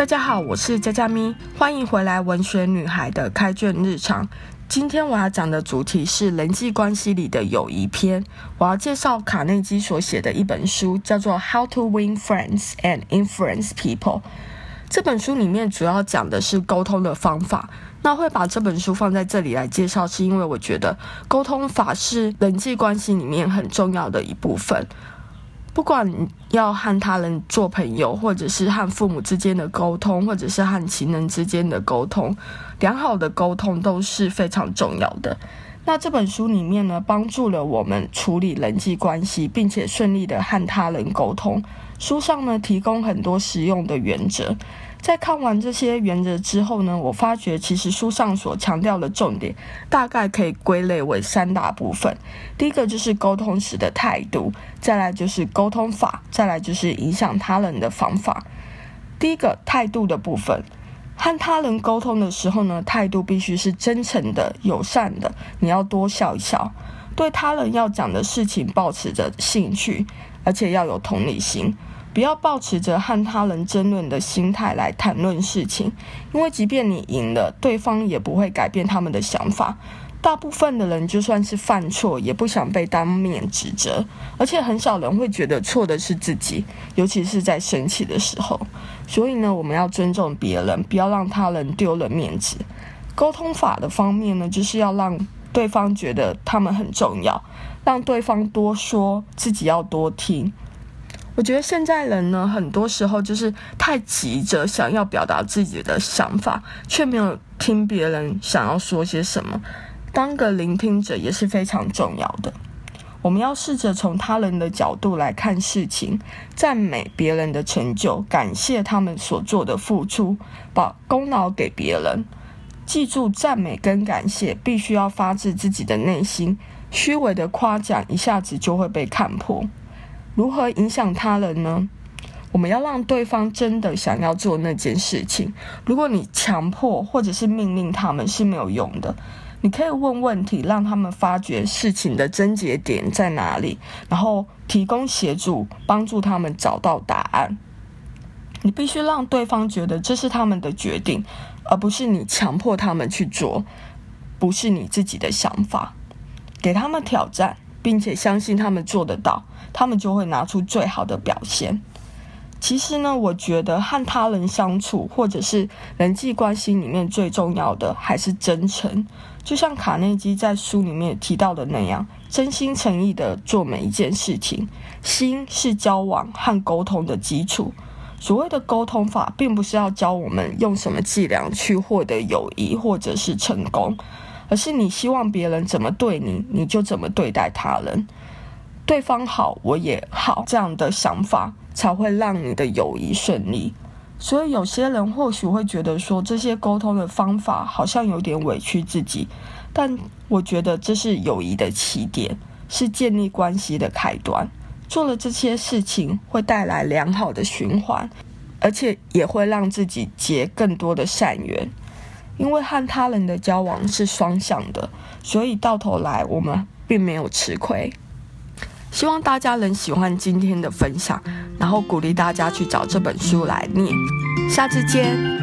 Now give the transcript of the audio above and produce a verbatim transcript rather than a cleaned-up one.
大家好，我是佳佳咪，欢迎回来文学女孩的开卷日常。今天我要讲的主题是人际关系里的友谊篇。我要介绍卡内基所写的一本书，叫做 How to Win Friends and Influence People。这本书里面主要讲的是沟通的方法。那会把这本书放在这里来介绍，是因为我觉得沟通法是人际关系里面很重要的一部分。不管要和他人做朋友，或者是和父母之间的沟通，或者是和情人之间的沟通，良好的沟通都是非常重要的。那这本书里面呢，帮助了我们处理人际关系，并且顺利的和他人沟通。书上呢，提供很多实用的原则。在看完这些原则之后呢，我发觉其实书上所强调的重点大概可以归类为三大部分。第一个就是沟通时的态度，再来就是沟通法，再来就是影响他人的方法。第一个态度的部分，和他人沟通的时候呢，态度必须是真诚的、友善的，你要多笑一笑，对他人要讲的事情抱持着兴趣，而且要有同理心。不要抱持着和他人争论的心态来谈论事情，因为即便你赢了，对方也不会改变他们的想法。大部分的人就算是犯错，也不想被当面指责，而且很少人会觉得错的是自己，尤其是在生气的时候。所以呢，我们要尊重别人，不要让他人丢了面子。沟通法的方面呢，就是要让对方觉得他们很重要，让对方多说，自己要多听。我觉得现在人呢，很多时候就是太急着想要表达自己的想法，却没有听别人想要说些什么。当个聆听者也是非常重要的。我们要试着从他人的角度来看事情，赞美别人的成就，感谢他们所做的付出，把功劳给别人。记住，赞美跟感谢必须要发自自己的内心，虚伪的夸奖一下子就会被看破。如何影响他人呢？我们要让对方真的想要做那件事情。如果你强迫或者是命令他们是没有用的。你可以问问题，让他们发觉事情的症结点在哪里，然后提供协助，帮助他们找到答案。你必须让对方觉得这是他们的决定，而不是你强迫他们去做，不是你自己的想法。给他们挑战，并且相信他们做得到，他们就会拿出最好的表现。其实呢，我觉得和他人相处，或者是人际关系里面最重要的还是真诚。就像卡内基在书里面提到的那样，真心诚意的做每一件事情。心是交往和沟通的基础。所谓的沟通法，并不是要教我们用什么伎俩去获得友谊或者是成功，而是你希望别人怎么对你，你就怎么对待他人。对方好，我也好，这样的想法才会让你的友谊顺利。所以有些人或许会觉得说，这些沟通的方法好像有点委屈自己，但我觉得这是友谊的起点，是建立关系的开端。做了这些事情会带来良好的循环，而且也会让自己结更多的善缘。因为和他人的交往是双向的，所以到头来我们并没有吃亏。希望大家能喜欢今天的分享，然后鼓励大家去找这本书来念。下次见。